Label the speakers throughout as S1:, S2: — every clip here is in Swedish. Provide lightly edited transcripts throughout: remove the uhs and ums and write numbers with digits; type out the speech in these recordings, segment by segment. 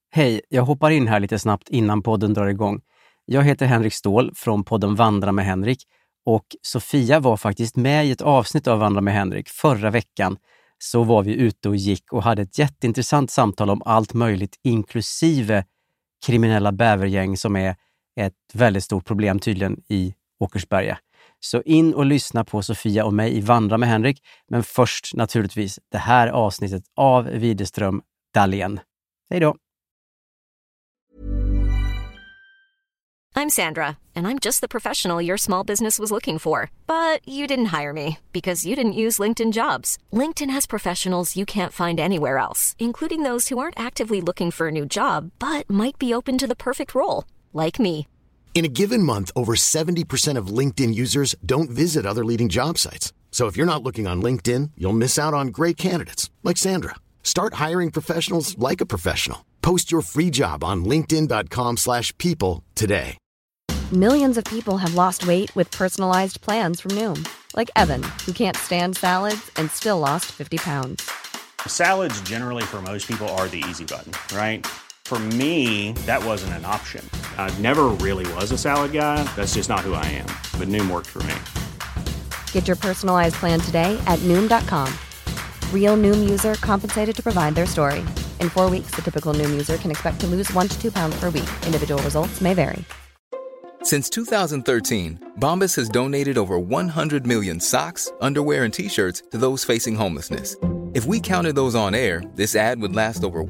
S1: Hej, jag hoppar in här lite snabbt innan podden drar igång. Jag heter Henrik Ståhl från podden Vandra med Henrik och Sofia var faktiskt med i ett avsnitt av Vandra med Henrik förra veckan. Så var vi ute och gick och hade ett jätteintressant samtal om allt möjligt inklusive kriminella bävergäng som är ett väldigt stort problem tydligen i Åkersberga. Så in och lyssna på Sofia och mig i Vandra med Henrik, men först naturligtvis det här avsnittet av Widerström Dahlén. Hej då!
S2: I'm Sandra, and I'm just the professional your small business was looking for. But you didn't hire me because you didn't use LinkedIn Jobs. LinkedIn has professionals you can't find anywhere else, including those who aren't actively looking for a new job, but might be open to the perfect role, like me.
S3: In a given month, over 70% of LinkedIn users don't visit other leading job sites. So if you're not looking on LinkedIn, you'll miss out on great candidates like Sandra. Start hiring professionals like a professional. Post your free job on linkedin.com/people today.
S4: Millions of people have lost weight with personalized plans from Noom. Like Evan, who can't stand salads and still lost 50 pounds.
S5: Salads generally for most people are the easy button, right? For me, that wasn't an option. I never really was a salad guy. That's just not who I am. But Noom worked for me.
S4: Get your personalized plan today at Noom.com. Real Noom user compensated to provide their story. In 4 weeks, the typical Noom user can expect to lose 1 to 2 pounds per week. Individual results may vary.
S6: Since 2013, Bombas has donated over 100 million socks, underwear, and T-shirts to those facing homelessness. If we counted those on air, this ad would last over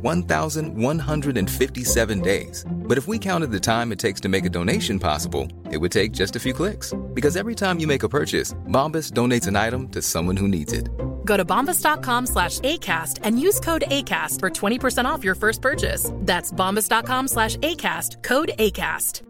S6: 1,157 days. But if we counted the time it takes to make a donation possible, it would take just a few clicks. Because every time you make a purchase, Bombas donates an item to someone who needs it.
S7: Go to bombas.com/ACAST and use code ACAST for 20% off your first purchase. That's bombas.com/ACAST, code ACAST.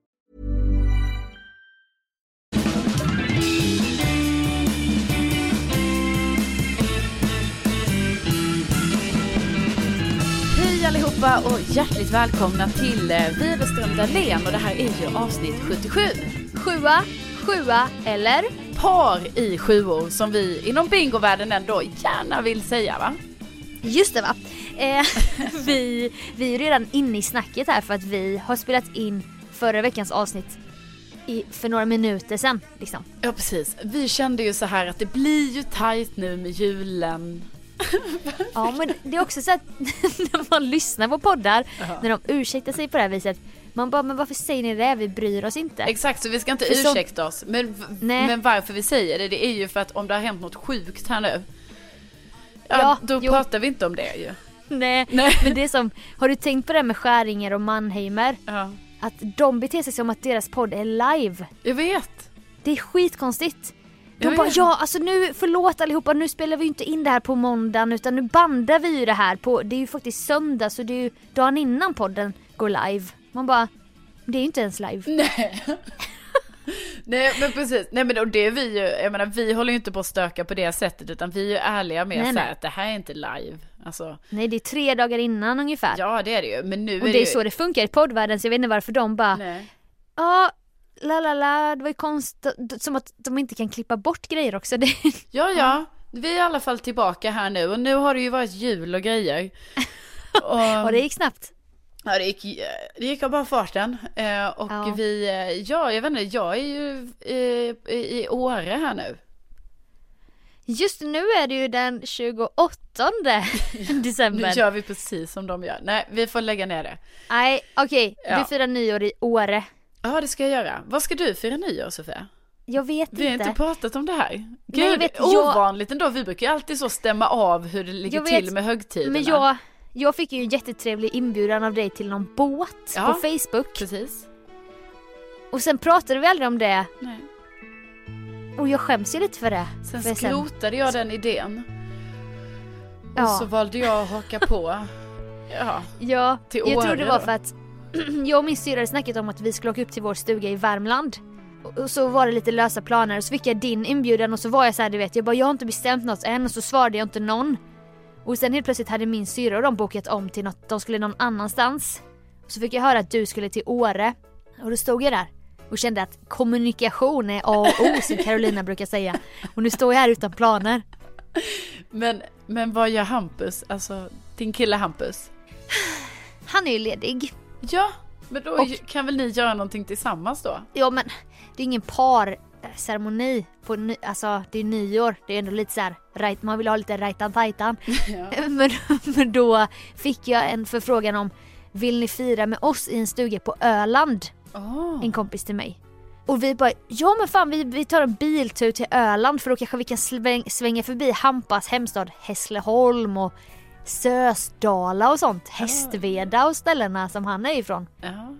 S8: Hej allihopa och hjärtligt välkomna till Widerström Dahlén, och det här är ju avsnitt 77. Sjua eller par i sjuor som vi inom bingovärlden ändå gärna vill säga, va?
S9: Just det, va? Vi är redan inne i snacket här för att vi har spelat in förra veckans avsnitt för några minuter sedan liksom.
S8: Ja, precis. Vi kände ju så här att det blir ju tajt nu med julen.
S9: Ja, men det är också så att när man lyssnar på poddar, när de ursäktar sig på det här viset, man bara, men varför säger ni det? Vi bryr oss inte.
S8: Exakt, så vi ska inte ursäkta oss. Men varför vi säger det är ju för att om det har hänt något sjukt här nu, då pratar vi inte om det ju. Nej, men det är som, har du tänkt på det med Skäringer och Mannheimer? Ja. Att de beter sig som att deras podd är live. Jag vet. Det är skitkonstigt. De bara, alltså nu, förlåt allihopa, nu spelar vi ju inte in det här på måndagen, utan nu bandar vi ju det här på, det är ju faktiskt söndag, så det är ju dagen innan podden går live. Man bara, det är ju inte ens live. Nej. Nej, men precis. Nej, men och det är vi ju, jag menar, vi håller ju inte på att stöka på det sättet, utan vi är ju ärliga med så här, att det här är inte live. Alltså.
S9: Nej, det är 3 dagar innan ungefär.
S8: Ja, det är det ju. Men nu
S9: och
S8: är
S9: det är så det funkar i poddvärlden, så jag vet inte varför de bara, det var ju konstigt, som att de inte kan klippa bort grejer också.
S8: Ja, vi är i alla fall tillbaka här nu, och nu har det ju varit jul och grejer.
S9: Och det gick snabbt.
S8: Ja, det gick av bara farten. Och jag vet inte, jag är ju i Åre här nu.
S9: Just nu är det ju den 28 december.
S8: Nu gör vi precis som de gör. Nej, vi får lägga ner det.
S9: Nej, okej. Du firar nyår i Åre.
S8: Ja, det ska jag göra. Vad ska du fira nyår, Sofia?
S9: Jag vet inte.
S8: Vi har inte pratat om det här. Gud, ovanligt ändå. Vi brukar ju alltid så stämma av hur det ligger till med högtiderna.
S9: Men jag fick ju en jättetrevlig inbjudan av dig till någon båt på Facebook.
S8: Precis.
S9: Och sen pratade vi aldrig om det.
S8: Nej.
S9: Och jag skäms ju lite för det.
S8: Sen skrotade jag den idén. Och så valde jag att haka på. Till Åre.
S9: Jag tror det var för att jag och min syrra hade snackat om att vi skulle åka upp till vår stuga i Värmland. Och så var det lite lösa planer. Och så fick jag din inbjudan, och så var jag så här, du vet, jag har inte bestämt något än. Och så svarade jag inte någon. Och sen helt plötsligt hade min syrra och de bokat om till något, de skulle någon annanstans. Och så fick jag höra att du skulle till Åre. Och då stod jag där och kände att kommunikation är A och O, som Carolina brukar säga. Och nu står jag här utan planer.
S8: Men vad gör Hampus? Alltså din kille Hampus?
S9: Han är ju ledig.
S8: Ja, men då kan väl ni göra någonting tillsammans då?
S9: Ja, men det är ingen parceremoni på alltså det är nyår. Det är ändå lite så här, man vill ha lite rajtan-tajtan. Ja. men då fick jag en förfrågan om, vill ni fira med oss i en stuga på Öland? En kompis till mig. Och vi bara, ja men fan vi tar en biltur till Öland, för då kanske vi kan svänga förbi Hampas hemstad Hässleholm och Sösdala och sånt. Hästveda och ställena som han är ifrån. Ja.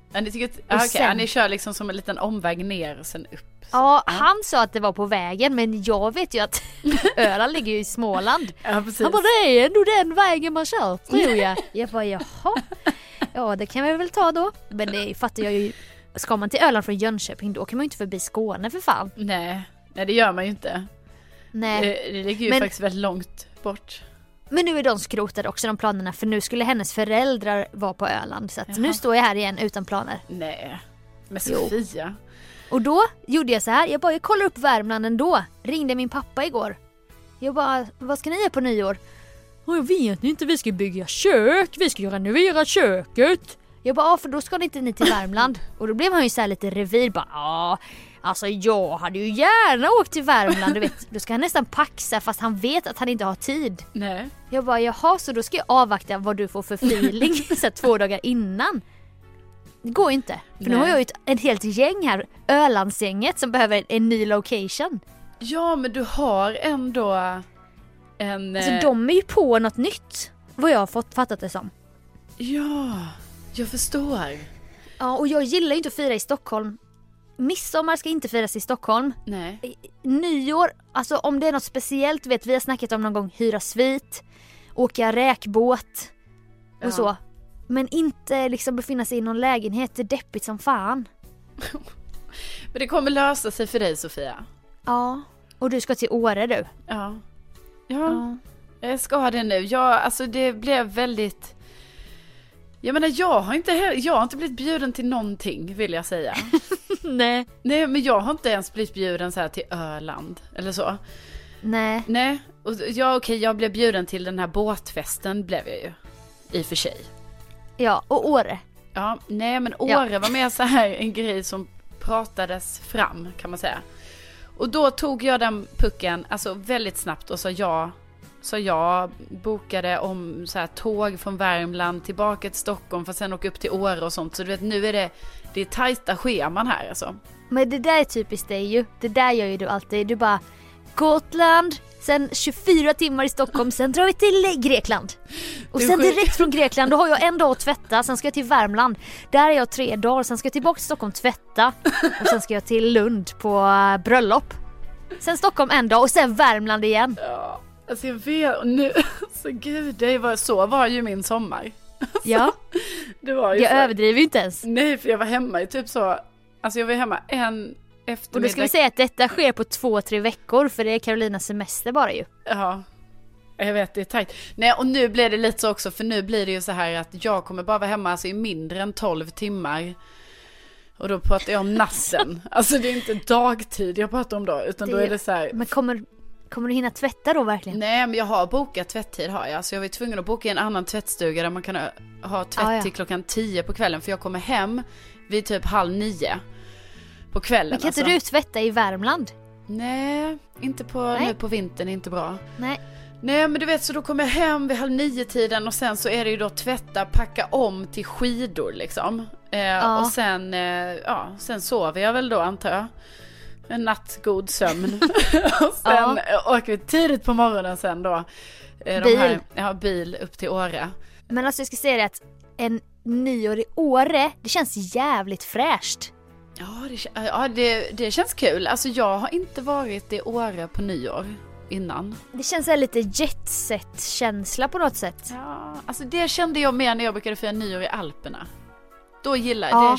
S8: Ni kör liksom som en liten omväg ner och sen upp.
S9: Ja, han sa att det var på vägen, men jag vet ju att Öland ligger ju i Småland.
S8: Ja, precis.
S9: Han bara, det är ändå den vägen man kör, tror jag. Jag bara, jaha. Ja, det kan vi väl ta då. Men det fattar jag ju. Ska man till Öland från Jönköping, då kan man ju inte förbi Skåne för fan.
S8: Nej det gör man ju inte. Nej. Det ligger ju faktiskt väldigt långt bort.
S9: Men nu är de skrotade också, de planerna, för nu skulle hennes föräldrar vara på Öland. Så att nu står jag här igen utan planer.
S8: Nej, men Sofia.
S9: Och då gjorde jag så här, jag kollar upp Värmland ändå. Ringde min pappa igår. Jag bara, vad ska ni göra på nyår? Jag vet inte, vi ska bygga kök, vi ska renovera köket. Jag bara, för då ska ni inte till Värmland. Och då blev han ju så här lite revir, bara, alltså jag hade ju gärna åkt till Värmland, du vet. Då ska han nästan paxa fast han vet att han inte har tid.
S8: Nej.
S9: Jag bara, jaha, så då ska jag avvakta vad du får för feeling så här 2 dagar innan. Det går inte. För nu har jag ju ett helt gäng här, Ölandsgänget, som behöver en ny location.
S8: Ja, men du har ändå en...
S9: Alltså de är ju på något nytt, vad jag har fått fattat det som.
S8: Ja, jag förstår.
S9: Ja, och jag gillar ju inte att fira i Stockholm. Midsommar ska inte firas i Stockholm.
S8: Nej.
S9: Nyår, alltså om det är något speciellt, vet vi har snackat om någon gång hyra svit, åka räkbåt och så. Men inte liksom befinna sig i någon lägenhet, det är deppigt som fan.
S8: Men det kommer lösa sig för dig, Sofia.
S9: Ja, och du ska till Åre du.
S8: Ja. Jag ska ha det nu. Alltså det blev väldigt... Jag menar, jag har inte blivit bjuden till någonting, vill jag säga.
S9: Nej,
S8: men jag har inte ens blivit bjuden så här till Öland eller så.
S9: Nej.
S8: Och jag blev bjuden till den här båtfesten, blev jag ju. I och för sig.
S9: Ja, och Åre.
S8: Ja, nej men Åre var mer så här en grej som pratades fram, kan man säga. Och då tog jag den pucken alltså väldigt snabbt och sa ja. Så jag bokade om så här tåg från Värmland tillbaka till Stockholm för att sen åka upp till Åre och sånt. Så du vet, nu är det är tajta scheman här alltså.
S9: Men det där är typiskt dig ju. Det där gör ju du alltid. Du bara, Gotland, sen 24 timmar i Stockholm, sen drar vi till Grekland. Och sen direkt från Grekland, då har jag en dag att tvätta, sen ska jag till Värmland. Där är jag 3 dagar, sen ska jag tillbaka till Stockholm tvätta. Och sen ska jag till Lund på bröllop. Sen Stockholm en dag och sen Värmland igen.
S8: Ja. Alltså jag vet nu, så gud, så var ju min sommar. Alltså,
S9: ja,
S8: det var ju
S9: jag överdriver ju inte ens.
S8: Nej, för jag var hemma i typ så, alltså jag var hemma en eftermiddag.
S9: Och då ska vi säga att detta sker på 2-3 veckor, för det är Carolinas semester bara ju.
S8: Ja, jag vet, det är tajt. Nej, och nu blir det lite så också, för nu blir det ju så här att jag kommer bara vara hemma alltså i mindre än 12 timmar. Och då pratar jag om natten. Alltså det är inte dagtid jag pratar om då, utan då är det så här.
S9: Men kommer du hinna tvätta då verkligen?
S8: Nej, men jag har bokat tvätttid har jag. Så jag var tvungen att boka en annan tvättstuga där man kan ha tvätt till klockan 10 på kvällen. För jag kommer hem vid typ 8:30 på kvällen.
S9: Men kan inte du tvätta i Värmland?
S8: Nej, inte nu på vintern, inte bra.
S9: Nej,
S8: men du vet, så då kommer jag hem vid 8:30-tiden och sen så är det ju då tvätta, packa om till skidor liksom. Och sen sover jag väl då, antar jag. En nattgod sömn. Och sen åker vi tidigt på morgonen sen då. Bil upp till Åre.
S9: Men alltså jag ska säga det att en nyår i Åre, det känns jävligt fräscht.
S8: Ja, det känns kul. Alltså jag har inte varit i Åre på nyår innan.
S9: Det känns här lite jetset-känsla på något sätt.
S8: Ja, alltså det kände jag mer när jag brukade fira nyår i Alperna. Då det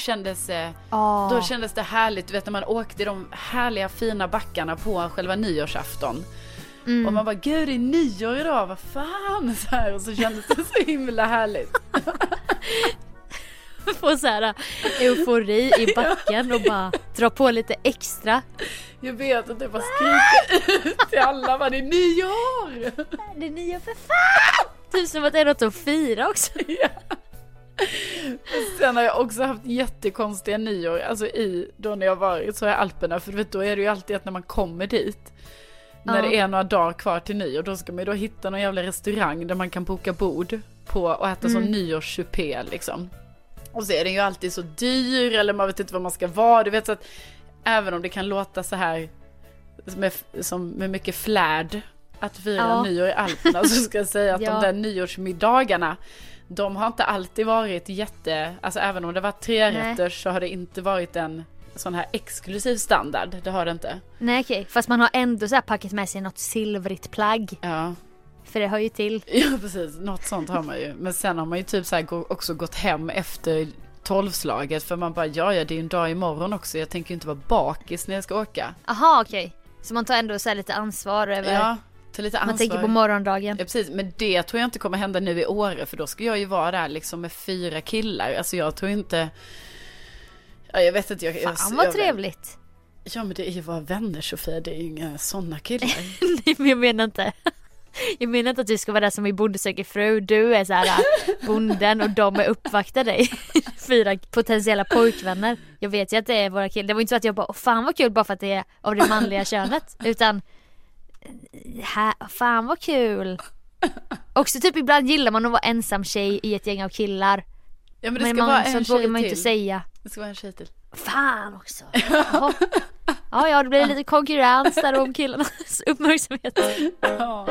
S8: kändes det härligt, du vet, när man åkte i de härliga fina backarna på själva nyårsafton. Och man bara, gud, det är nyår idag, vad fan, så här, och så kändes det så himla härligt.
S9: Få så här eufori i backen och bara dra på lite extra.
S8: Jag vet att det bara skriker ut till alla, vad det är nyår.
S9: Det är nyår för fan! Typ som att det är något att fira också.
S8: Ja. Sen har jag också haft jättekonstiga nyår, alltså då när jag varit så i Alperna, för du vet, då är det ju alltid att när man kommer dit, när det är några dagar kvar till nyår, då ska man ju då hitta någon jävla restaurang där man kan boka bord på och äta som nyårschupé liksom. Och så är den ju alltid så dyr, eller man vet inte vad man ska vara, du vet, så att även om det kan låta så här med mycket flärd att fira nyår i Alperna, så ska jag säga att de där nyårsmiddagarna, de har inte alltid varit alltså även om det var 3-rätters så har det inte varit en sån här exklusiv standard, det har det inte.
S9: Nej, okej. Fast man har ändå så här packat med sig något silvrigt plagg.
S8: Ja.
S9: För det hör ju till.
S8: Ja, precis. Något sånt har man ju. Men sen har man ju typ så här också gått hem efter 12-slaget, för man bara, det är ju en dag imorgon också, jag tänker ju inte vara bakis när jag ska åka.
S9: Aha, okej. Så man tar ändå så här lite ansvar över...
S8: Ja, tar lite ansvar.
S9: Man tänker på morgondagen.
S8: Ja, precis. Men det tror jag inte kommer hända nu i Åre, för då ska jag ju vara där liksom med 4 killar. Alltså jag tror inte... Ja, jag vet inte.
S9: Fan vad trevligt.
S8: Ja, men det är ju våra vänner, Sofia. Det är ju inga sådana killar.
S9: Nej, men jag menar inte. Jag menar inte att du ska vara där som i Bonde söker fru. Du är så här bonden och de är uppvaktar dig. 4 potentiella pojkvänner. Jag vet ju att det är våra killar. Det var inte så att jag bara, fan vad kul bara för att det är av det manliga könet. Utan, fan vad kul. Också typ ibland gillar man att vara ensam tjej i ett gäng av killar.
S8: Ja, men det ska vara en tjej till.
S9: Vågar man inte säga.
S8: Det ska vara en tjej till.
S9: Fan också. Ja, det blir lite konkurrens där om killarnas uppmärksamhet.
S8: Ja.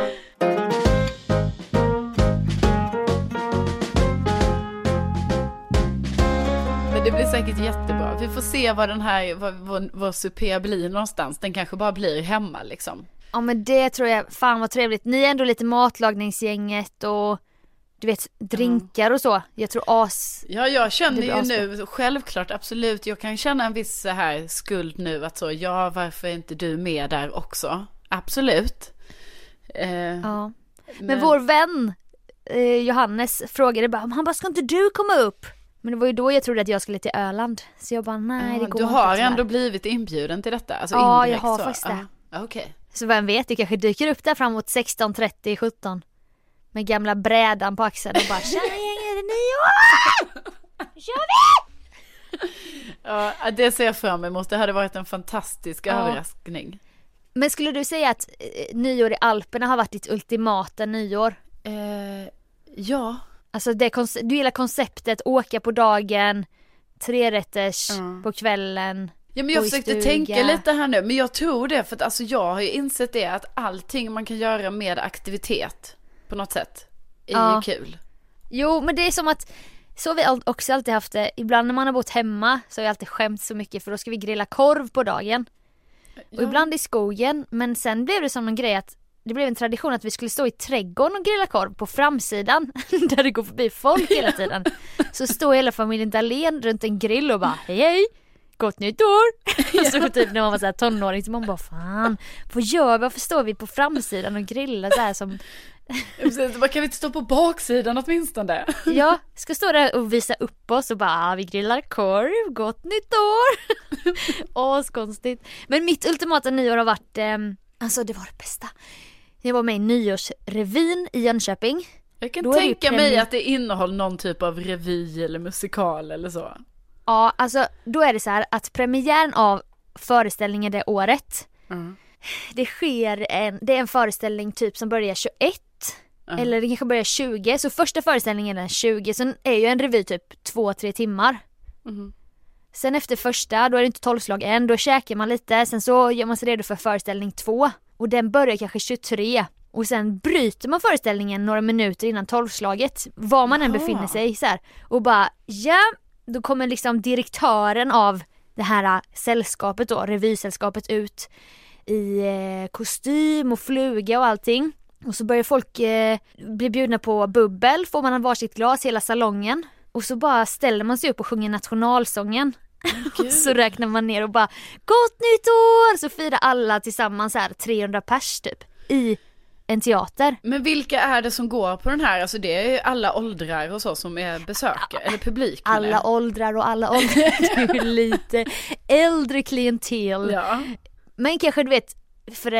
S8: Men det blir säkert jättebra. Vi får se vad den här vår supé blir någonstans. Den kanske bara blir hemma liksom.
S9: Ja, men det tror jag, fan vad trevligt. Ni är ändå lite matlagningsgänget och du vet, drinkar och så. Jag tror Ja, jag känner ju nu, självklart, absolut. Jag kan känna en viss så här skuld nu att så, varför är inte du med där också? Absolut. Ja. Men vår vän Johannes frågade bara, han bara, ska inte du komma upp? Men det var ju då jag trodde att jag skulle till Öland. Så jag bara, nej, det går inte.
S8: Du har ändå blivit inbjuden till detta? Alltså
S9: ja,
S8: indirekt,
S9: jag har faktiskt det.
S8: Okay.
S9: Så vem vet, det kanske dyker upp där framåt 16:30-17. Med gamla brädan på axeln och bara, tjena gäng, är det nyår? Kör vi!
S8: Ja, det ser jag fram emot. Det hade varit en fantastisk överraskning.
S9: Men skulle du säga att nyår i Alperna har varit ditt ultimata nyår?
S8: Ja.
S9: Alltså du gillar konceptet, åka på dagen, 3-rätters på kvällen.
S8: Ja, men jag försökte tänka lite här nu, men jag tror det, för att alltså jag har ju insett det att allting man kan göra med aktivitet på något sätt är ju kul.
S9: Jo, men det är som att så har vi också alltid haft det. Ibland när man har bott hemma så har jag alltid skämt så mycket, för då ska vi grilla korv på dagen. Och ibland i skogen, men sen blev det som en grej att det blev en tradition att vi skulle stå i trädgården och grilla korv på framsidan där det går förbi folk hela tiden. Så står hela familjen Dahlén runt en grill och bara, hej, gott nytt år. Så typ när man var så här tonåring, så man bara, fan, vad gör vi? Varför står vi på framsidan och grillar så här som...
S8: Vad kan vi inte stå på baksidan åtminstone?
S9: Ja, ska stå där och visa upp oss och bara, vi grillar korv, gott nytt år. Konstigt. Men mitt ultimata nyår har varit, alltså det var det bästa. Jag var med i nyårsrevyn i Jönköping.
S8: Jag kan tänka mig att det innehåller någon typ av revy eller musikal eller så.
S9: Ja, alltså då är det så här att premiären av föreställningen det året, det är en föreställning typ som börjar 21 eller det kanske börjar 20. Så första föreställningen är 20, sen är ju en revy typ 2-3 timmar. Sen efter första, då är det inte 12-slag än, då käkar man lite, sen så gör man sig redo för föreställning 2 och den börjar kanske 23. Och sen bryter man föreställningen några minuter innan 12-slaget, var man än befinner sig så här. Och bara, då kommer liksom direktören av det här sällskapet då, revysällskapet, ut i kostym och fluga och allting. Och så börjar folk bli bjudna på bubbel, får man en varsitt glas hela salongen. Och så bara ställer man sig upp och sjunger nationalsången. Och så räknar man ner och bara, gott nytt år! Så firar alla tillsammans här 300 pers typ i en teater.
S8: Men vilka är det som går på den här? Alltså det är ju alla åldrar och så som är besökare eller publik.
S9: Alla åldrar och alla åldrar. Det är ju lite äldre klientel.
S8: Ja.
S9: Men kanske du vet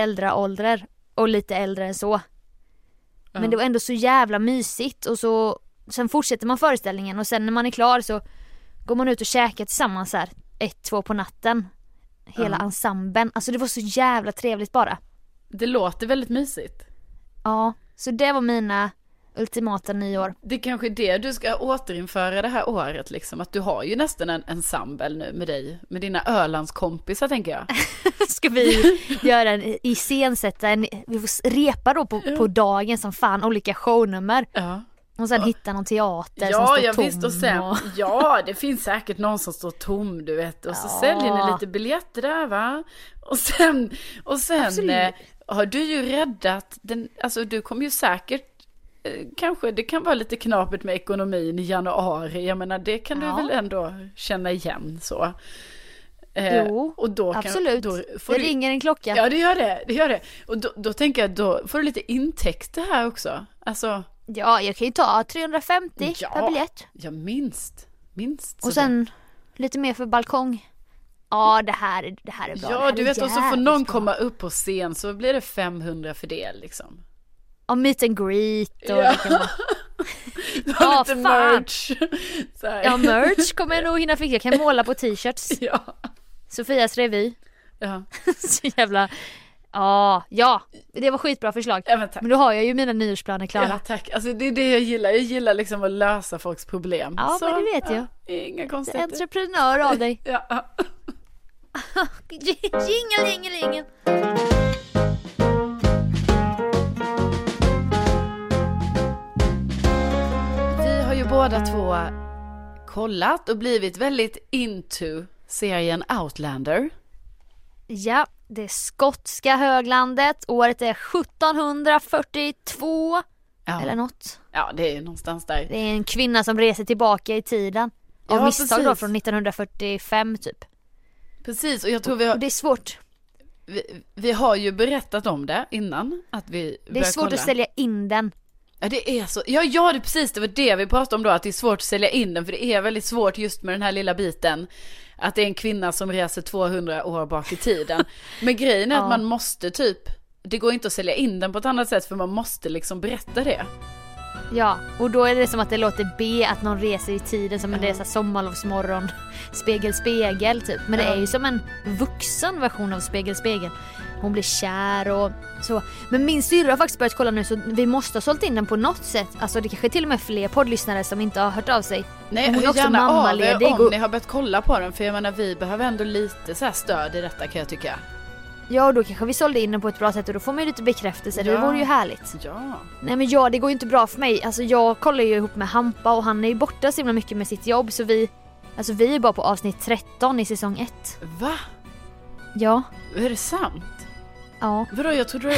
S9: föräldraåldrar och lite äldre än så. Men det var ändå så jävla mysigt och så sen fortsätter man föreställningen och sen när man är klar så går man ut och käkar tillsammans här 1-2 på natten. Hela ensemblen. Alltså det var så jävla trevligt bara.
S8: Det låter väldigt mysigt.
S9: Ja, så det var mina ultimata nyår.
S8: Det är kanske det du ska återinföra det här året liksom. Att du har ju nästan en ensemble nu med dig. Med dina Ölandskompisar tänker jag.
S9: Ska vi göra vi får repa då på dagen som fan olika shownummer.
S8: Ja.
S9: Och sen hitta någon teater som står tom.
S8: Visst, och sen, ja, det finns säkert någon som står tom, du vet. Och så säljer ni lite biljetter där, va? Och sen har du ju räddat den, alltså du kommer ju säkert kanske det kan vara lite knapert med ekonomin i januari. Jag menar, det kan du väl ändå känna igen så.
S9: Jo, och då absolut. Då får det ringer en klocka.
S8: Ja, det gör det. Och då tänker jag, då får du lite intäkter här också. Alltså...
S9: Ja, jag kan ju ta 350 per biljett.
S8: Ja, minst.
S9: Och sen lite mer för balkong. Ja, det här är bra.
S8: Ja, du vet, och så får någon komma upp på scen så blir det 500 för det liksom.
S9: Ja, meet and greet och
S8: det
S9: kan vara...
S8: lite merch.
S9: Ja, merch kommer jag nog hinna fixa. Jag kan måla på t-shirts.
S8: Ja.
S9: Sofias revy.
S8: Ja.
S9: Så jävla... Ja, det var skitbra förslag.
S8: Ja, men
S9: då har jag ju mina nyårsplaner klara.
S8: Ja, tack. Alltså det är det jag gillar. Jag gillar liksom att lösa folks problem.
S9: Ja, så, men det vet jag.
S8: Inga konstigheter.
S9: Entreprenör av dig.
S8: Ja.
S9: Jingelingeling.
S8: Vi har ju båda två kollat och blivit väldigt into serien Outlander.
S9: Ja, det skotska höglandet. Året är 1742 eller något.
S8: Ja, det är någonstans där.
S9: Det är en kvinna som reser tillbaka i tiden. Av misstag då från 1945 typ.
S8: Precis, och jag tror
S9: det är svårt.
S8: Vi har ju berättat om det innan att vi
S9: det är svårt
S8: kolla.
S9: Att sälja in den.
S8: Ja, det är så. Ja, det är precis, det var det vi pratade om då, att det är svårt att sälja in den, för det är väldigt svårt just med den här lilla biten. Att det är en kvinna som reser 200 år bak i tiden. Men grejen är att man måste det går inte att sälja in den på ett annat sätt, för man måste liksom berätta det.
S9: Ja, och då är det som att det låter att någon reser i tiden som en resa sommarlovsmorgon. Spegel typ. Men det är ju som en vuxen version av spegel. Hon blir kär och så. Men min syrra har faktiskt börjat kolla nu, så vi måste ha sålt in den på något sätt. Alltså det kanske till och med fler poddlyssnare som inte har hört av sig.
S8: Nej, hon är också mammaledig. Om ni har börjat kolla på den, för jag menar, vi behöver ändå lite så här stöd i detta, kan jag tycka.
S9: Ja, och då kanske vi sålde in den på ett bra sätt och då får man ju lite bekräftelse. Det vore ju härligt.
S8: Ja.
S9: Nej, men det går ju inte bra för mig. Alltså jag kollar ju ihop med Hampa och han är ju borta så himla mycket med sitt jobb, så vi är bara på avsnitt 13 i säsong 1.
S8: Va?
S9: Ja.
S8: Är det sant?
S9: Ja.
S8: Vadå, jag trodde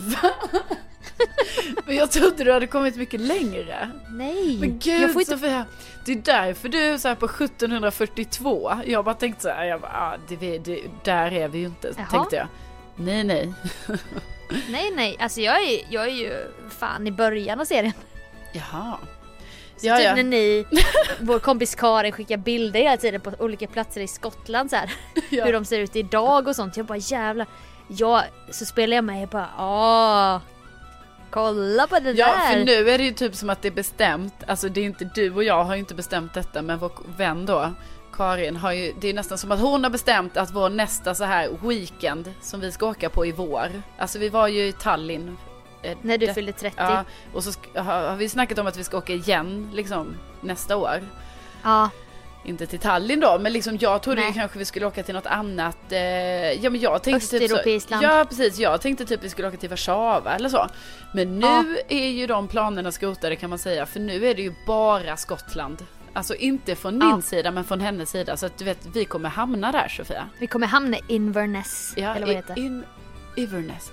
S8: men jag trodde du hade kommit mycket längre.
S9: Nej.
S8: Men gud, jag får inte... Sofia, det är därför du är så här på 1742. Jag bara tänkte så här, där är vi ju inte.
S9: Jaha.
S8: Tänkte jag. Nej.
S9: nej, alltså jag är ju fan i början av serien.
S8: Jaha.
S9: Så typ när vår kompis Karin skickar bilder hela tiden på olika platser i Skottland så här, hur de ser ut idag och sånt. Jag bara jävlar. Så spelar jag med, jag bara kolla på det där.
S8: Ja, för nu är det ju typ som att det är bestämt. Alltså det är inte, du och jag har ju inte bestämt detta, men vår vän då, Karin, har ju, det är nästan som att hon har bestämt att vår nästa så här weekend som vi ska åka på i vår. Alltså vi var ju i Tallinn
S9: när du fyllde 30.
S8: Ja, och så har vi snackat om att vi ska åka igen liksom nästa år.
S9: Ja.
S8: Inte till Tallinn då, men liksom jag trodde ju kanske vi skulle åka till något annat. Ja, men jag tänkte
S9: Östeuropeiskt land.
S8: Ja, precis. Jag tänkte typ vi skulle åka till Warszawa eller så. Men nu är ju de planerna skrotade, kan man säga, för nu är det ju bara Skottland. Alltså inte från min sida, men från hennes sida. Så att du vet, vi kommer hamna där, Sofia.
S9: Vi kommer hamna i Inverness, eller vad heter
S8: det? Inverness.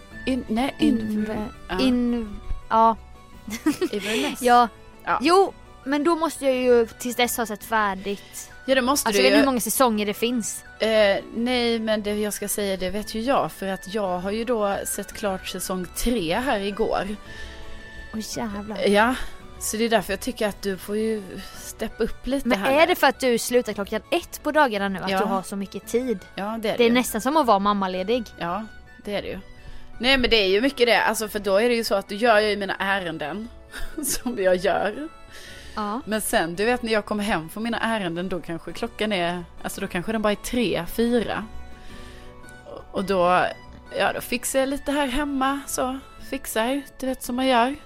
S8: Inverness.
S9: Ja. Jo, men då måste jag ju tills dess ha sett färdigt.
S8: Ja, det måste
S9: alltså,
S8: du ju.
S9: Vet hur många säsonger det finns?
S8: Nej, men det jag ska säga, det vet ju jag. För att jag har ju då sett klart säsong 3 här igår.
S9: Jävlar.
S8: Ja, så det är därför jag tycker att du får ju steppa upp lite.
S9: Men
S8: här.
S9: Men är det för att du slutar 1:00 på dagarna nu? Att du har så mycket tid?
S8: Ja, det är det.
S9: Det är nästan som att vara mammaledig.
S8: Ja, det är det ju. Nej, men det är ju mycket det. Alltså, för då är det ju så att du gör ju mina ärenden som jag gör. Ja. Men sen, du vet när jag kommer hem från mina ärenden, då kanske klockan är, alltså då kanske den bara är 3-4. Och då, ja då fixar jag lite här hemma, så fixar, du vet som man gör.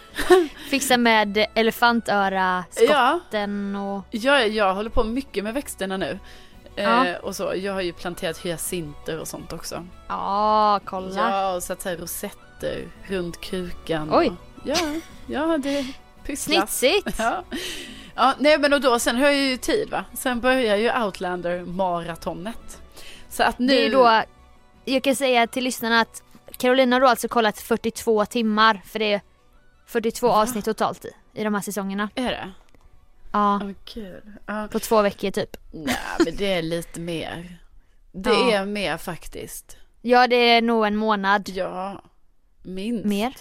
S9: Fixa med elefantöra, skotten och...
S8: Ja, jag håller på mycket med växterna nu. Och så, jag har ju planterat hyacinter och sånt också.
S9: Ja, kolla.
S8: Ja, och satt så här rosetter runt krukan.
S9: Oj.
S8: Och, ja, det pysslas.
S9: Snitsigt.
S8: Ja, nej men och då, sen har jag ju tid va. Sen börjar ju Outlander-maratonet. Så att nu...
S9: Det är då, jag kan säga till lyssnarna att Carolina har då alltså kollat 42 timmar. För det är 42 avsnitt totalt i de här säsongerna.
S8: Är det?
S9: Ja.
S8: Kul.
S9: På 2 veckor typ.
S8: Nej, men det är lite mer. Det är mer faktiskt.
S9: Ja, det är nog en månad.
S8: Ja, minst.
S9: Mer?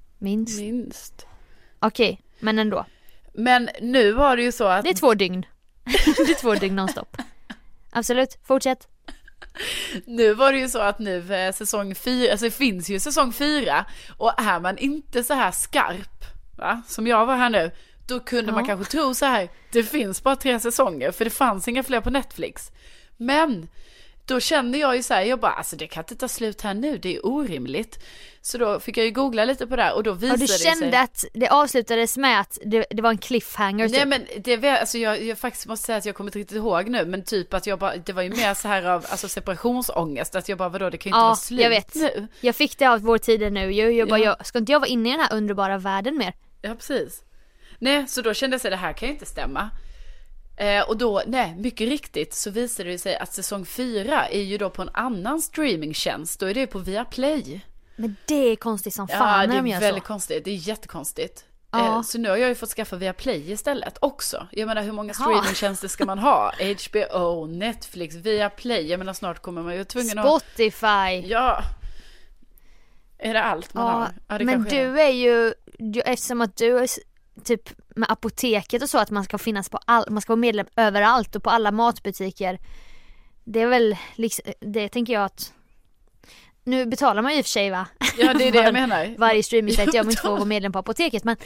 S9: Minst. Okej, men ändå.
S8: Men nu var det ju så att...
S9: Det är 2 dygn. Det är 2 dygn nonstop. Absolut, fortsätt.
S8: Nu var det ju så att nu säsong 4, alltså det finns ju säsong 4. Och är man inte så här skarp, va? Som jag var här nu, då kunde man kanske tro så här, det finns bara 3 säsonger, för det fanns inga fler på Netflix. Men då kände jag ju så här, jag bara, alltså det kan inte ta slut här nu, det är orimligt. Så då fick jag ju googla lite på det här och då visade det sig.
S9: Och du kände att det avslutades med att det var en cliffhanger typ.
S8: Nej men det, alltså jag faktiskt måste säga att jag kommer inte riktigt ihåg nu, men typ att jag bara, det var ju mer så här av alltså separationsångest, att jag bara, vadå, det kan ju inte vara slut
S9: jag vet.
S8: Nu.
S9: Jag fick det av vår tid nu, jag bara, ska inte jag vara inne i den här underbara världen mer?
S8: Ja, precis. Nej, så då kände jag sig, det här kan ju inte stämma. Och då, mycket riktigt så visade det sig att säsong 4 är ju då på en annan streamingtjänst. Då är det på Viaplay.
S9: Men det är konstigt som fan när de gör så.
S8: Ja, det är väldigt konstigt. Det är jättekonstigt. Så nu har jag ju fått skaffa Viaplay istället också. Jag menar, hur många streamingtjänster ska man ha? HBO, Netflix, Viaplay. Jag menar, snart kommer man ju tvungen
S9: Spotify.
S8: Ja. Är det allt man har? Ja, det
S9: men du är ju, eftersom att du är typ med apoteket och så, att man ska finnas på man ska vara medlem överallt och på alla matbutiker. Det är väl liksom, det tänker jag att nu betalar man ju i och för sig va?
S8: Ja, det är det jag menar.
S9: Varje streamingsajt, jag inte får vara medlem på apoteket, men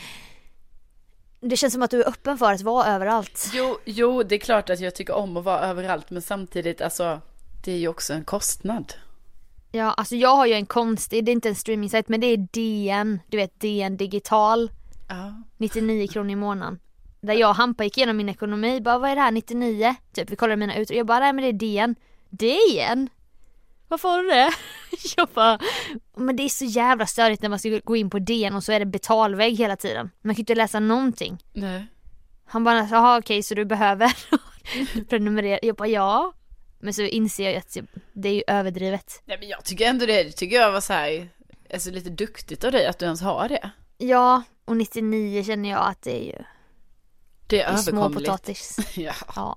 S9: det känns som att du är öppen för att vara överallt.
S8: Jo, det är klart att jag tycker om att vara överallt, men samtidigt, alltså, det är ju också en kostnad.
S9: Ja, alltså jag har ju en konstig, det är inte en streamingsajt, men det är DN, du vet DN digital. 99 kronor i månaden. Där jag och Hampa gick igenom min ekonomi, bara, vad är det här, 99? Typ, vi kollade mina jag bara, nej men det är DN. DN? Varför har du det? Jag bara, men det är så jävla störigt när man ska gå in på DN och så är det betalvägg hela tiden. Man kan ju inte läsa någonting.
S8: Nej.
S9: Han bara, jaha okej, så du behöver prenumerera. Jag bara, ja. Men så inser jag att det är ju överdrivet.
S8: Nej, men jag tycker ändå det tycker jag var så här, alltså lite duktigt av dig att du ens har det.
S9: Ja, och 99 känner jag att det är ju...
S8: Det är överkomligt.
S9: Små potatis.
S8: Ja.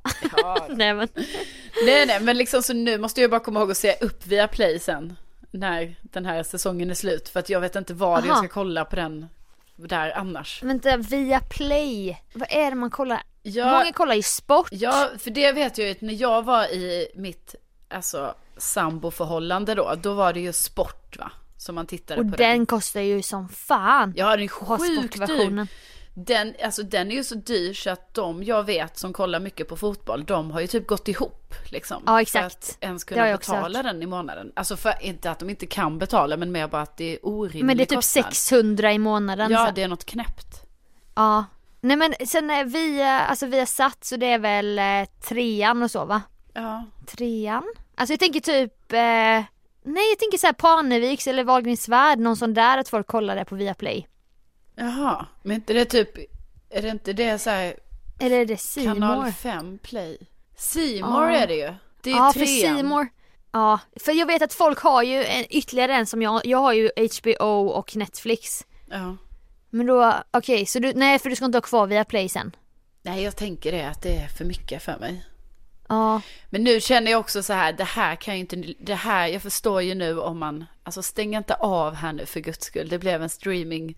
S9: Nej,
S8: men liksom, så nu måste jag bara komma ihåg att se upp via Play sen när den här säsongen är slut, för att jag vet inte vad jag ska kolla på den där annars.
S9: Vänta, via Play, vad är det man kollar?
S8: Ja,
S9: många kollar ju sport.
S8: Ja, för det vet jag ju att när jag var i mitt samboförhållande då var det ju sport va, som man tittade
S9: och
S8: på.
S9: Den kostar ju som fan.
S8: Ja, den är sjukt dyr. Den är ju så dyr så att jag vet som kollar mycket på fotboll, de har ju typ gått ihop liksom.
S9: Ja, exakt.
S8: För att ens kunna betala den i månaden. Alltså för inte att de inte kan betala, men mer bara att det är orimligt.
S9: Men det är typ
S8: kostnad.
S9: 600 i månaden.
S8: Ja,
S9: så.
S8: det är något knäppt.
S9: Ja. Nej men sen är vi har satt, så det är väl 3:an och så va?
S8: Ja.
S9: 3:an? Alltså jag tänker typ jag tänker så här Parneviks eller Wahlgrens värld, någon sån där, att folk kollar det på Viaplay.
S8: Jaha, men inte det typ, är det inte det så här,
S9: eller är det C More?
S8: Kanal 5 Play. C More är det ju. Det är 3:an.
S9: För C More. Ja, för jag vet att folk har ju ytterligare en som jag har ju HBO och Netflix.
S8: Ja.
S9: Men då, okej, så för du ska inte ha kvar Viaplay sen.
S8: Nej, jag tänker det att det är för mycket för mig.
S9: Ja.
S8: Men nu känner jag också så här, det här kan ju inte, det här, jag förstår ju nu om man, alltså stäng inte av här nu för guds skull, det blev en streaming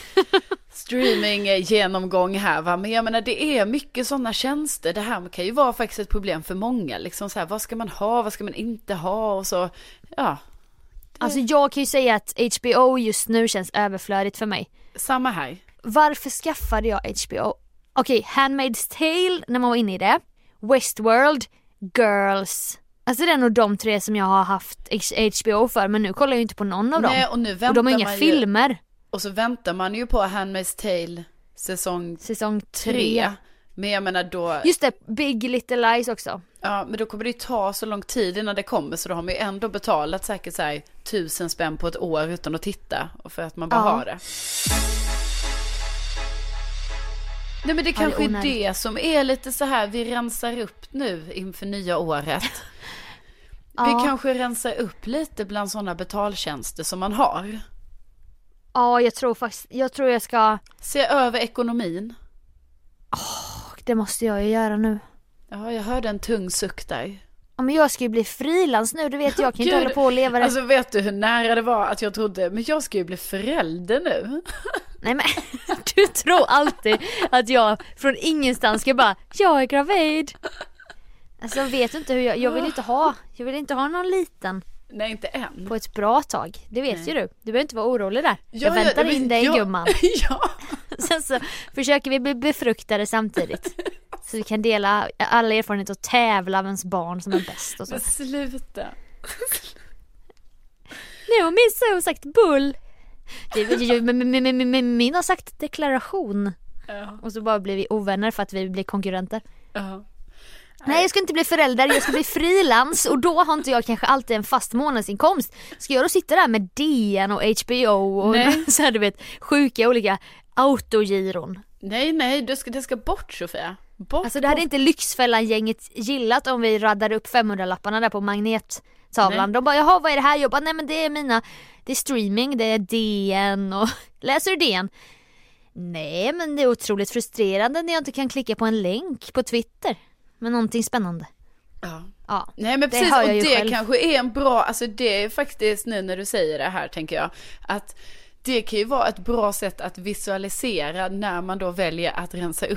S8: genomgång här va, men jag menar det är mycket sådana tjänster, det här kan ju vara faktiskt ett problem för många, liksom så här, vad ska man ha, vad ska man inte ha och så, ja.
S9: Alltså jag kan ju säga att HBO just nu känns överflödigt för mig.
S8: Samma här.
S9: Varför skaffade jag HBO? Okej, Handmaid's Tale när man var inne i det. Westworld, Girls. Alltså det är nog de 3 som jag har haft HBO för. Men nu kollar jag ju inte på någon av dem.
S8: Nej, och nu väntar
S9: och de har inga filmer.
S8: Och så väntar man ju på Handmaid's Tale säsong 3. Men jag menar då...
S9: Just det, Big Little Lies också.
S8: Ja, men då kommer det ju ta så lång tid innan det kommer. Så då har man ju ändå betalat säkert så här 1000 spänn på ett år utan att titta. Och för att man bara har det. Nej, men det kanske är det som är lite så här. Vi rensar upp nu inför nya året. Vi kanske rensar upp lite bland sådana betaltjänster som man har.
S9: Ja, jag tror jag ska...
S8: Se över ekonomin.
S9: Det måste jag ju göra nu.
S8: Ja, jag hörde en tung suck där.
S9: Ja, men jag ska ju bli frilans nu, du vet jag kan inte hålla på och leva det.
S8: Alltså vet du hur nära det var att jag trodde, men jag ska ju bli förälder nu.
S9: Nej men, du tror alltid att jag från ingenstans ska bara, jag är gravid. Alltså jag vet inte hur jag vill inte ha någon liten.
S8: Nej, inte än.
S9: På ett bra tag, det vet ju du. Du behöver inte vara orolig där. Jag väntar in dig gumman.
S8: Ja.
S9: Sen så försöker vi bli befruktade samtidigt. Så vi kan dela alla erfarenheter och tävla vems barn som är bäst och så.
S8: Men sluta.
S9: Nu har min son sagt bull. Min har sagt deklaration. Och så bara blir vi ovänner för att vi blir konkurrenter. Nej, jag ska inte bli förälder, jag ska bli frilans. Och då har inte jag kanske alltid en fast månadsinkomst. Ska jag då sitta där med DN och HBO och så här, du vet, sjuka olika autogiron?
S8: Nej, det ska bort, Sofia.
S9: Alltså det hade inte Lyxfällan-gänget gillat om vi raddade upp 500-lapparna där på magnettavlan. De bara, jaha, vad är det här? Jag bara, nej men det är streaming, det är DN och... Läser du DN? Nej, men det är otroligt frustrerande när jag inte kan klicka på en länk på Twitter med någonting spännande. Ja. Nej, men precis,
S8: och det själv. Kanske är en bra, alltså det är faktiskt nu när du säger det här, tänker jag, att det kan ju vara ett bra sätt att visualisera när man då väljer att rensa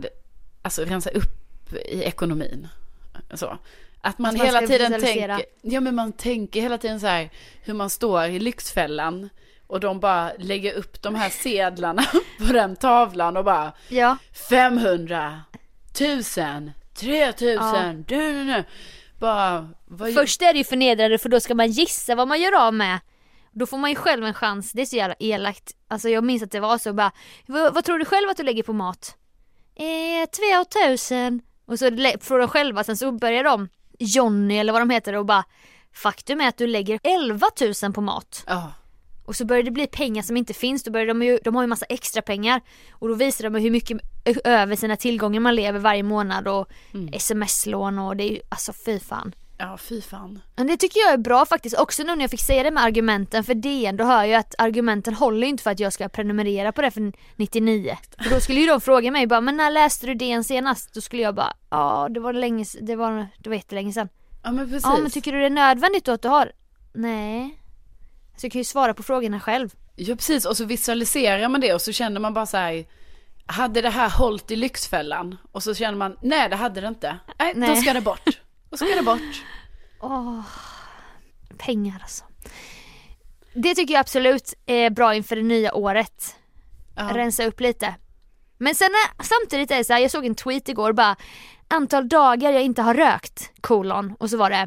S8: upp i ekonomin. Så. Att man hela tiden tänker hela tiden så här hur man står i Lyxfällan och de bara lägger upp de här sedlarna på den tavlan och bara 500, 1000, 3000. Bara,
S9: först är det ju förnedrande, för då ska man gissa vad man gör av med. Då får man ju själv en chans. Det är så jävla elakt. Alltså jag minns att det var så bara, vad tror du själv att du lägger på mat? 2000. Och så får de själva, sen så börjar de, Johnny eller vad de heter, och bara, faktum är att du lägger 11 000 på mat. Och så börjar det bli pengar som inte finns. Då börjar de har ju massa extra pengar. Och då visar de hur mycket över sina tillgångar man lever varje månad. Och sms-lån och det är ju, alltså fy fan.
S8: Ja, fy fan.
S9: Men det tycker jag är bra faktiskt. Också nu när jag fick säga det med argumenten för DN, då hör jag att argumenten håller inte för att jag ska prenumerera på det för 99. För då skulle ju de fråga mig bara, men när läste du DN senast? Då skulle jag bara, det var jättelänge sedan.
S8: Ja, men precis.
S9: Ja, men tycker du det är nödvändigt då att du har? Nej. Så jag kan ju svara på frågorna själv.
S8: Ja, precis. Och så visualiserar man det och så känner man bara så här, hade det här hållit i Lyxfällan? Och så känner man, nej det hade det inte. Nej. Då ska det bort. Då ska det bort.
S9: Pengar alltså. Det tycker jag absolut är bra inför det nya året. Rensa upp lite. Men sen samtidigt är det så här, jag såg en tweet igår bara, antal dagar jag inte har rökt, och så var det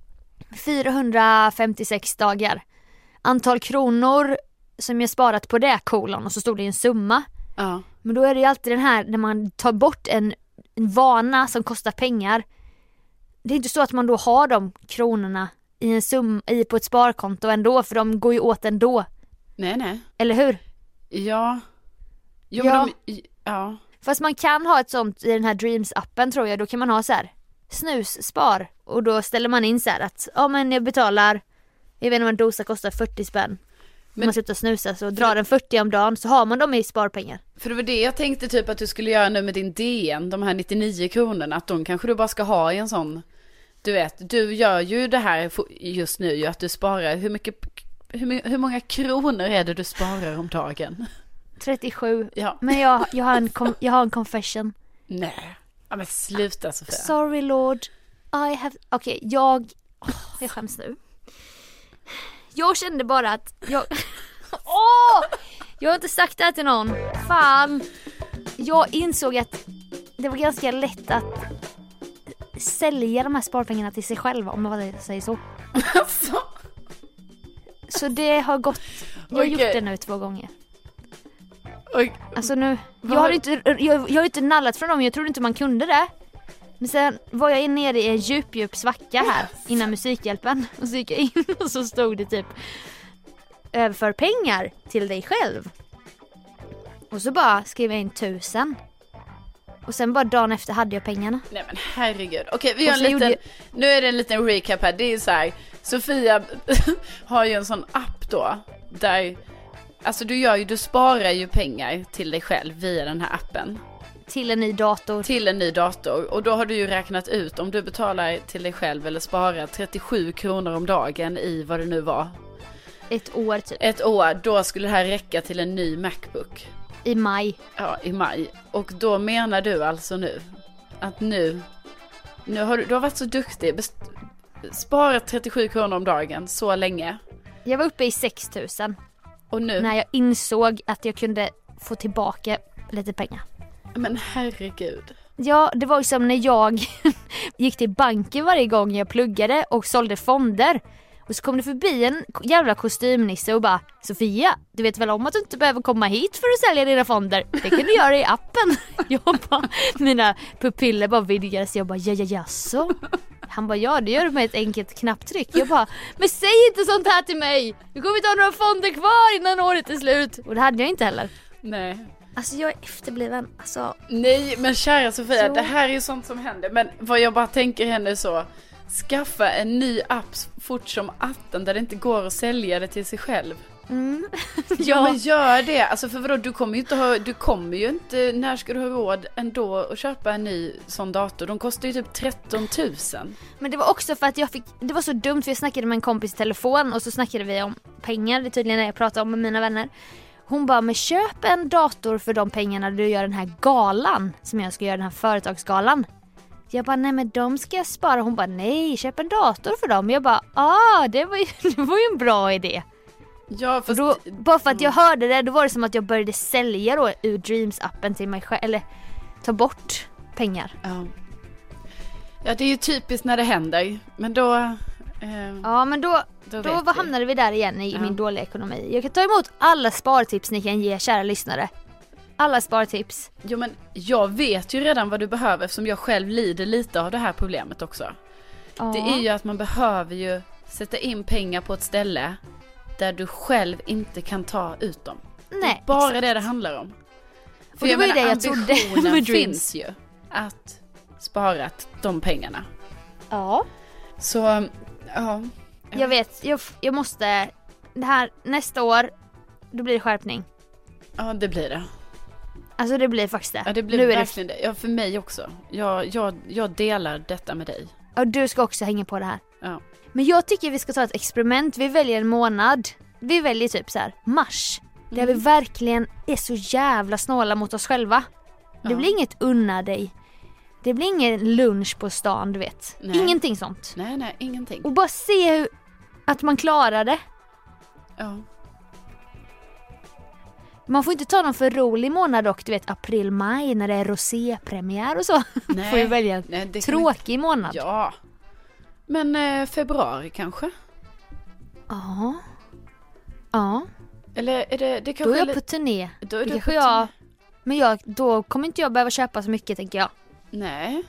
S9: 456 dagar. Antal kronor som jag sparat på det, och så stod det en summa. Men då är det ju alltid den här, när man tar bort en vana som kostar pengar. Det är inte så att man då har de kronorna i en summa på ett sparkonto ändå, för de går ju åt ändå. Nej. Eller hur?
S8: Ja.
S9: Fast man kan ha ett sånt i den här Dreams-appen, tror jag. Då kan man ha så här snusspar, och då ställer man in så här att men jag betalar, jag vet inte om en dosa kostar 40 spänn. Men man slutar snusa, så drar den 40 om dagen, så har man dem i sparpengar.
S8: För det var det jag tänkte typ att du skulle göra nu med din DN, de här 99 kronorna, att de kanske du bara ska ha i en sån, du vet, du gör ju det här just nu ju, att du sparar, hur många kronor är det du sparar om dagen?
S9: 37. Ja. Men jag har en confession.
S8: Nej. Ja, men sluta, Sofia.
S9: Sorry Lord. Okej, jag skäms nu. Jag kände bara att jag har inte sagt det här till någon. Fan. jag insåg att det var ganska lätt att sälja de här sparpengarna till sig själv, om man säger så. Så det har gått. Jag har gjort det nu 2 gånger. Alltså nu, jag har inte nallat från dem. Jag trodde inte man kunde det. Men sen var jag nere i en djup svacka här innan Musikhjälpen. Och så gick jag in och så stod det typ: överför pengar till dig själv. Och så bara skrev jag in 1000. Och sen bara dagen efter hade jag pengarna. Nej men herregud. Okej, vi gör nu är det en liten recap här. Det är så här, Sofia har ju en sån app då där, alltså du sparar ju pengar till dig själv via den här appen. Till en ny dator. Och då har du ju räknat ut, om du betalar till dig själv eller sparar 37 kronor om dagen i vad det nu var. Ett år typ. Ett år, då skulle det här räcka till en ny MacBook. I maj. Ja, i maj. Och då menar du alltså nu att nu har du har varit så duktig, sparat 37 kronor om dagen så länge. Jag var uppe i 6 000. Och nu? När jag insåg att jag kunde få tillbaka lite pengar. Men herregud. Ja, det var ju som när jag gick till banken varje gång jag pluggade och sålde fonder. Och så kom det förbi en jävla kostymnisse och bara: Sofia, du vet väl om att du inte behöver komma hit för att sälja dina fonder? Det kan du göra i appen. Jag bara, mina pupiller bara vidgades. Jag bara, jaså? Han bara, ja, det gör du med ett enkelt knapptryck. Jag bara, men säg inte sånt här till mig. Du kommer inte ha några fonder kvar innan året är slut. Och det hade jag inte heller. Nej. Alltså jag är efterbliven. Alltså. Nej, men kära Sofia, så. Det här är ju sånt som händer. Men vad jag bara tänker henne så: skaffa en ny app fort som atten där det inte går att sälja det till sig själv. Ja, men gör det. Alltså för vadå, du kommer ju inte, när ska du ha råd ändå att köpa en ny sån dator? De kostar ju typ 13 000. Men det var också för att det var så dumt, för jag snackade med en kompis i telefon och så snackade vi om pengar, det är tydligen när jag pratar om med mina vänner. Hon bara, men köp en dator för de pengarna du gör den här galan som jag ska göra, den här företagsgalan. Jag bara, nej men de ska jag spara. Hon bara, nej, köp en dator för dem. Jag bara, det var ju en bra idé. Ja, fast då, bara för att jag hörde det, då var det som att jag började sälja då ur Dreams-appen till mig själv, eller ta bort pengar. Ja, det är ju typiskt när det händer. Men då... ja, men då hamnade vi där igen i min dåliga ekonomi. Jag kan ta emot alla spartips ni kan ge, kära lyssnare. Alla spartips. Jo, men jag vet ju redan vad du behöver, eftersom jag själv lider lite av det här problemet också. Det är ju att man behöver ju sätta in pengar på ett ställe där du själv inte kan ta ut dem. Nej, bara exakt. Det handlar om. För det var ju det jag trodde. Ambitionen finns ju att spara de pengarna. Ja. Så, ja. Jag vet, jag måste... Det här, nästa år, då blir det skärpning. Ja, det blir det. Alltså det blir faktiskt det. Ja, det blir nu verkligen det. Ja, för mig också. Jag delar detta med dig. Och du ska också hänga på det här. Ja. Men jag tycker vi ska ta ett experiment. Vi väljer en månad. Vi väljer typ så här mars. Där vi verkligen är så jävla snåla mot oss själva. Det blir inget unna dig. Det blir ingen lunch på stan, du vet. Nej. Ingenting sånt. Nej, ingenting. Och bara se att man klarar det. Ja. Man får inte ta någon för rolig månad dock, du vet, april, maj när det är rosépremiär och så. Nej. Får ju välja en tråkig månad. Ja. Men februari kanske? Ja. Ja. Eller är det kanske... Då är jag på turné. Då är du på turné. Men då kommer inte jag behöva köpa så mycket, tänker jag. Nej.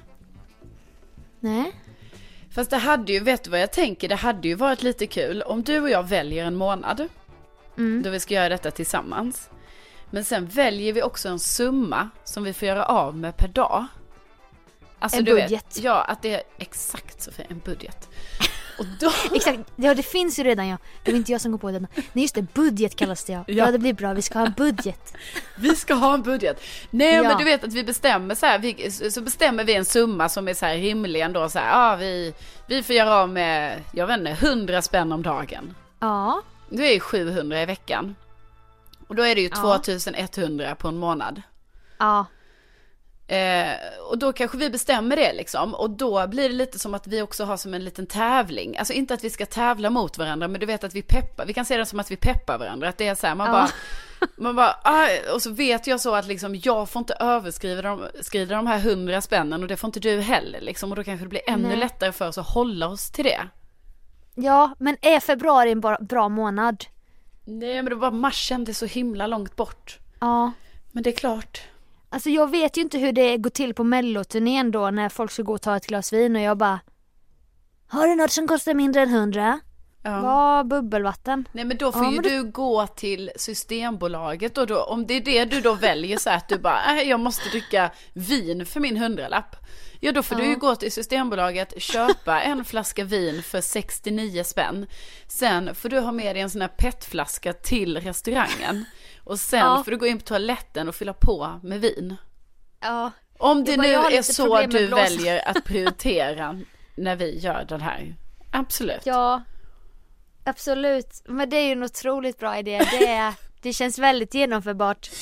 S9: Fast det hade ju, vet du vad jag tänker? Det hade ju varit lite kul om du och jag väljer en månad. Då vi ska göra detta tillsammans. Men sen väljer vi också en summa som vi får göra av med per dag. Alltså, en budget. Vet, ja, att det är exakt så för en budget. Och då... Exakt, ja, det finns ju redan. Det är inte jag som går på det. Nej, just det, budget kallas det. Ja, det blir bra, vi ska ha en budget. Vi ska ha en budget. Nej, men du vet att vi bestämmer så här, så bestämmer vi en summa som är så här rimlig ändå. Så här, vi får göra av med, jag vet inte, 100 spänn om dagen. Ja. Det är ju 700 i veckan. Och då är det ju 2100 på en månad. Ja. Och då kanske vi bestämmer det liksom. Och då blir det lite som att vi också har som en liten tävling. Alltså inte att vi ska tävla mot varandra, men du vet att vi peppar. Vi kan se det som att vi peppar varandra. Att det är så här, man bara,
S8: Man bara, och så vet jag så att liksom, jag får inte överskrida de här 100 spännen och det får inte du heller liksom, och då kanske det blir ännu lättare för oss att hålla oss till det.
S9: Ja, men är februari en bra månad?
S8: Nej, men det var mars kändes så himla långt bort.
S9: Ja.
S8: Men det är klart.
S9: Alltså jag vet ju inte hur det går till på melloturnén då när folk ska gå och ta ett glas vin och jag bara, har du något som kostar mindre än 100? Ja, bubbelvatten.
S8: Nej, men då får ju du gå till Systembolaget och då, om det är det du då väljer så att du bara, jag måste dricka vin för min 100-lapp. Ja, då får du ju gå till Systembolaget, köpa en flaska vin för 69 spänn. Sen får du ha med dig en sån här petflaska till restaurangen. Och sen får du gå in på toaletten och fylla på med vin.
S9: Ja.
S8: Om det nu är så du väljer att prioritera när vi gör den här. Absolut.
S9: Ja, absolut. Men det är ju en otroligt bra idé. Det känns väldigt genomförbart.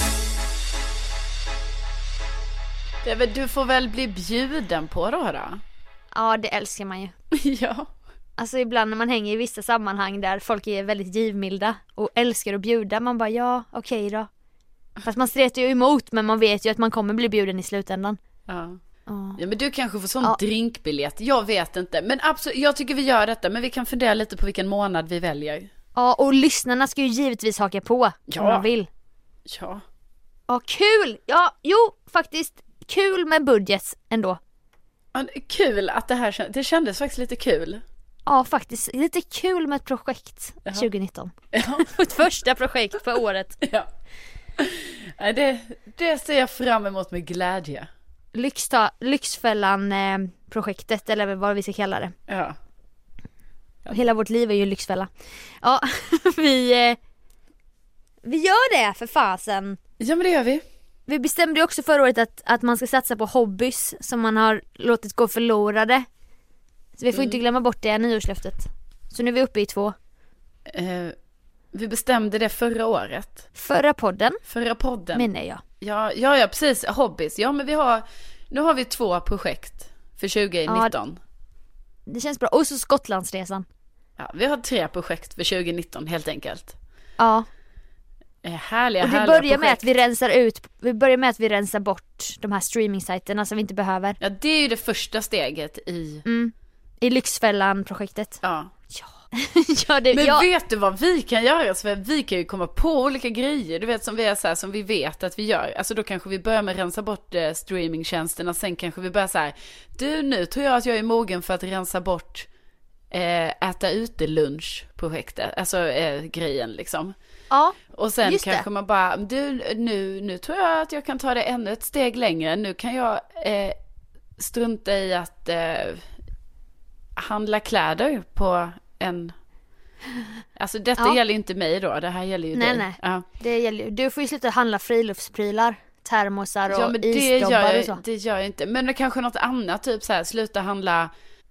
S8: Du får väl bli bjuden på då?
S9: Ja, det älskar man ju.
S8: Ja.
S9: Alltså ibland när man hänger i vissa sammanhang där folk är väldigt givmilda och älskar att bjuda, man bara ja, okej då. Fast man stretar ju emot, men man vet ju att man kommer bli bjuden i slutändan.
S8: Ja. Ja, men du kanske får sån drinkbiljett. Jag vet inte, men absolut, jag tycker vi gör detta, men vi kan fundera lite på vilken månad vi väljer.
S9: Ja, och lyssnarna ska ju givetvis haka på om man vill.
S8: Ja.
S9: Ja, kul! Ja, jo, faktiskt kul med budget ändå.
S8: Ja, kul att det kändes faktiskt lite kul.
S9: Ja, faktiskt lite kul med ett projekt 2019.
S8: Ja.
S9: Ett första projekt för året.
S8: Ja. Det ser jag fram emot med glädje.
S9: Lyxfällan-projektet, eller vad vi ska kalla det.
S8: Ja.
S9: Hela vårt liv är ju en lyxfälla. Ja, vi gör det för fasen.
S8: Ja, men det gör vi.
S9: Vi bestämde ju också förra året att man ska satsa på hobbys som man har låtit gå förlorade. Så vi får inte glömma bort det nyårslöftet. Så nu är vi uppe i 2.
S8: Vi bestämde det förra året.
S9: Förra podden.
S8: Menar jag. Ja, precis. Hobbys. Ja, men nu har vi 2 projekt för 2019. Ja,
S9: det känns bra. Och så Skottlandsresan.
S8: Ja, vi har 3 projekt för 2019 helt enkelt.
S9: Ja.
S8: Härliga
S9: och det börjar med att vi börjar med att vi rensar bort de här streamingsajterna som vi inte behöver.
S8: Ja, det är ju det första steget i
S9: Lyxfällan-projektet.
S8: Ja.
S9: Men
S8: vet du vad vi kan göra? Så vi kan ju komma på olika grejer, du vet, som vi är så här, som vi vet att vi gör. Alltså då kanske vi börjar med att rensa bort streamingtjänsterna. Sen kanske vi börjar så här, nu tror jag att jag är mogen för att rensa bort äta ute lunch-projektet. Alltså grejen liksom.
S9: Ja,
S8: och sen kanske man bara, nu tror jag att jag kan ta det ännu ett steg längre. Nu kan jag strunta i att handla kläder på en... Alltså detta gäller inte mig då, det här gäller ju dig.
S9: Nej. Ja. Det gäller, du får ju sluta handla friluftsprylar, termosar och isdobbar och så.
S8: Det gör jag inte, men det kanske något annat, typ så här, sluta handla...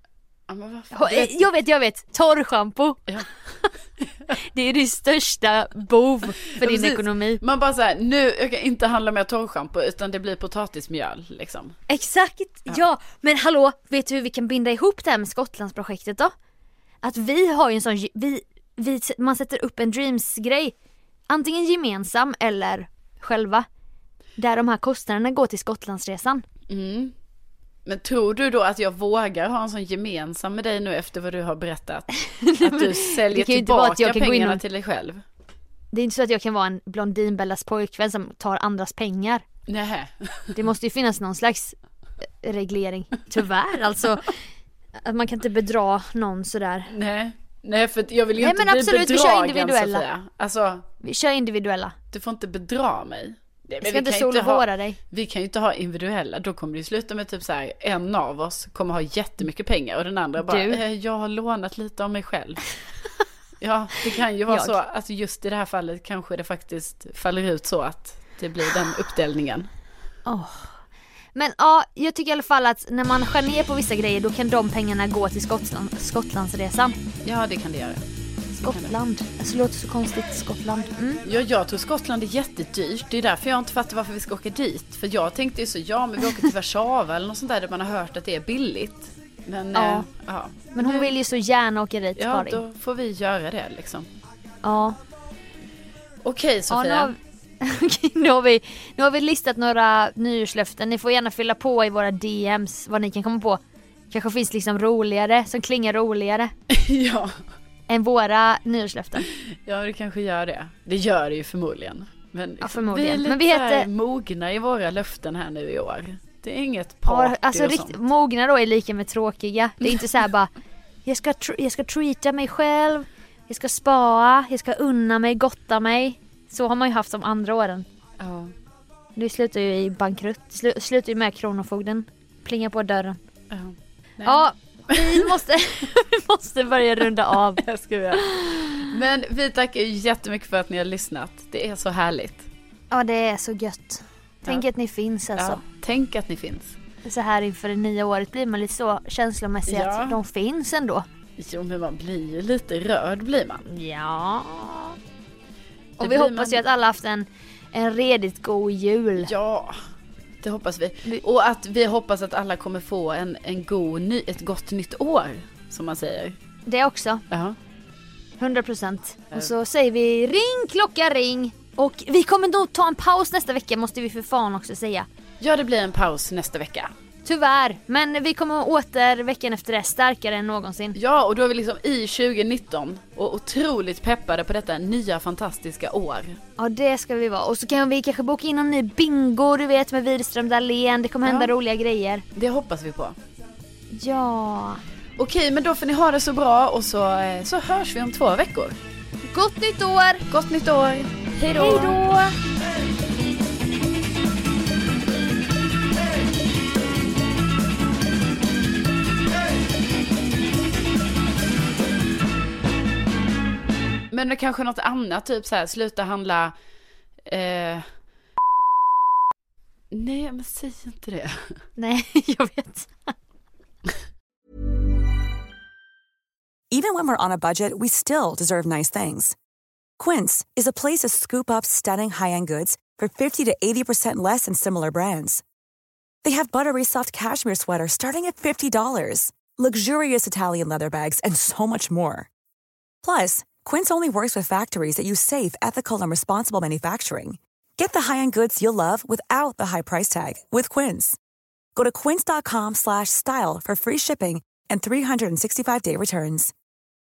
S9: Jag vet, torrschampo. Ja. Det är det största bov för din ekonomi.
S8: Man bara så här, jag kan inte handla mer torrschampo utan det blir potatismjöl liksom.
S9: Exakt, ja. Men hallå, vet du hur vi kan binda ihop det här med Skottlandsprojektet då? Att vi har ju en sån, man sätter upp en Dreams-grej, antingen gemensam eller själva, där de här kostnaderna går till Skottlandsresan.
S8: Men tror du då att jag vågar ha en sån gemensam med dig nu efter vad du har berättat? Att du säljer tillbaka pengarna till dig själv?
S9: Det är inte så att jag kan vara en Blondinbellas pojkvän som tar andras pengar.
S8: Nej.
S9: Det måste ju finnas någon slags reglering. Tyvärr, alltså. Att man kan inte bedra någon sådär.
S8: Nej, för jag vill ju inte bli bedragen,
S9: vi kör individuella.
S8: Sofia. Alltså,
S9: vi kör individuella.
S8: Du får inte bedra mig.
S9: Vi ska inte solvåra dig.
S8: Vi kan ju inte ha individuella. Då kommer det ju sluta med typ så här, en av oss kommer ha jättemycket pengar och den andra bara, jag har lånat lite av mig själv. Ja, det kan ju vara så. Alltså just i det här fallet kanske det faktiskt faller ut så att det blir den uppdelningen.
S9: Men ja, jag tycker i alla fall att när man skär ner på vissa grejer, då kan de pengarna gå till Skottlandsresan.
S8: Ja, det kan det göra.
S9: Skottland. Alltså, det låter så konstigt, Skottland.
S8: Ja, jag tror Skottland är jättedyrt. Det är därför jag inte fattar varför vi ska åka dit. För jag tänkte ju så, men vi åker till Warszawa eller något sånt där man har hört att det är billigt. Men,
S9: men hon vill ju så gärna åka dit.
S8: Ja, då får vi göra det liksom.
S9: Ja.
S8: Okej, Sofia.
S9: Ja, nu har vi listat några nyårslöften. Ni får gärna fylla på i våra DMs vad ni kan komma på. Kanske finns liksom roligare, som klingar roligare.
S8: Ja.
S9: Än våra nyårslöften.
S8: Ja, det kanske gör det. Det gör det ju förmodligen. Men
S9: ja, förmodligen.
S8: Vi är lite mogna i våra löften här nu i år. Det är inget party
S9: ja, alltså
S8: och sånt.
S9: Mogna då är lika med tråkiga. Det är inte så här bara jag ska treata mig själv, jag ska spara, jag ska unna mig, gotta mig. Så har man ju haft de andra åren.
S8: Ja.
S9: Det slutar ju i bankrutt. Slutar ju med Kronofogden. Plinga på dörren.
S8: Ja.
S9: Ja, vi måste börja runda av.
S8: Jag ska. Men vi tackar ju jättemycket för att ni har lyssnat. Det är så härligt.
S9: Ja, det är så gött. Tänk att ni finns alltså.
S8: Ja, tänk att ni finns.
S9: Så här inför det nya året blir man lite så känslomässig att de finns ändå.
S8: Jo, men man blir ju lite rörd blir man.
S9: Ja. Och vi hoppas ju att alla haft en redigt god jul.
S8: Ja, det hoppas vi. Och att vi hoppas att alla kommer få ett gott nytt år, som man säger.
S9: Det också.
S8: Ja.
S9: 100%. Och så säger vi ring, klocka, ring. Och vi kommer nog ta en paus nästa vecka, måste vi för fan också säga.
S8: Ja, det blir en paus nästa vecka.
S9: Tyvärr, men vi kommer åter veckan efter det starkare än någonsin.
S8: Ja, och då är vi liksom i 2019 och otroligt peppade på detta nya fantastiska år.
S9: Ja, det ska vi vara. Och så kan vi kanske boka in en ny bingo, du vet, med Widerström Dahlén. Det kommer hända roliga grejer.
S8: Det hoppas vi på.
S9: Ja.
S8: Okej, men då får ni ha det så bra och så hörs vi om 2 veckor.
S9: Gott nytt år!
S8: Gott nytt år! Hej då!
S9: Hej då!
S8: Men det kanske något annat, typ så här, sluta handla nej, men säg inte det.
S9: Nej, jag vet.
S10: Even when we're on a budget, we still deserve nice things. Quince is a place to scoop up stunning high-end goods for 50 to 80% less than similar brands. They have buttery soft cashmere sweaters starting at $50, luxurious Italian leather bags, and so much more. Plus, Quince only works with factories that use safe, ethical, and responsible manufacturing. Get the high-end goods you'll love without the high price tag with Quince. Go to quince.com/style for free shipping and 365-day returns.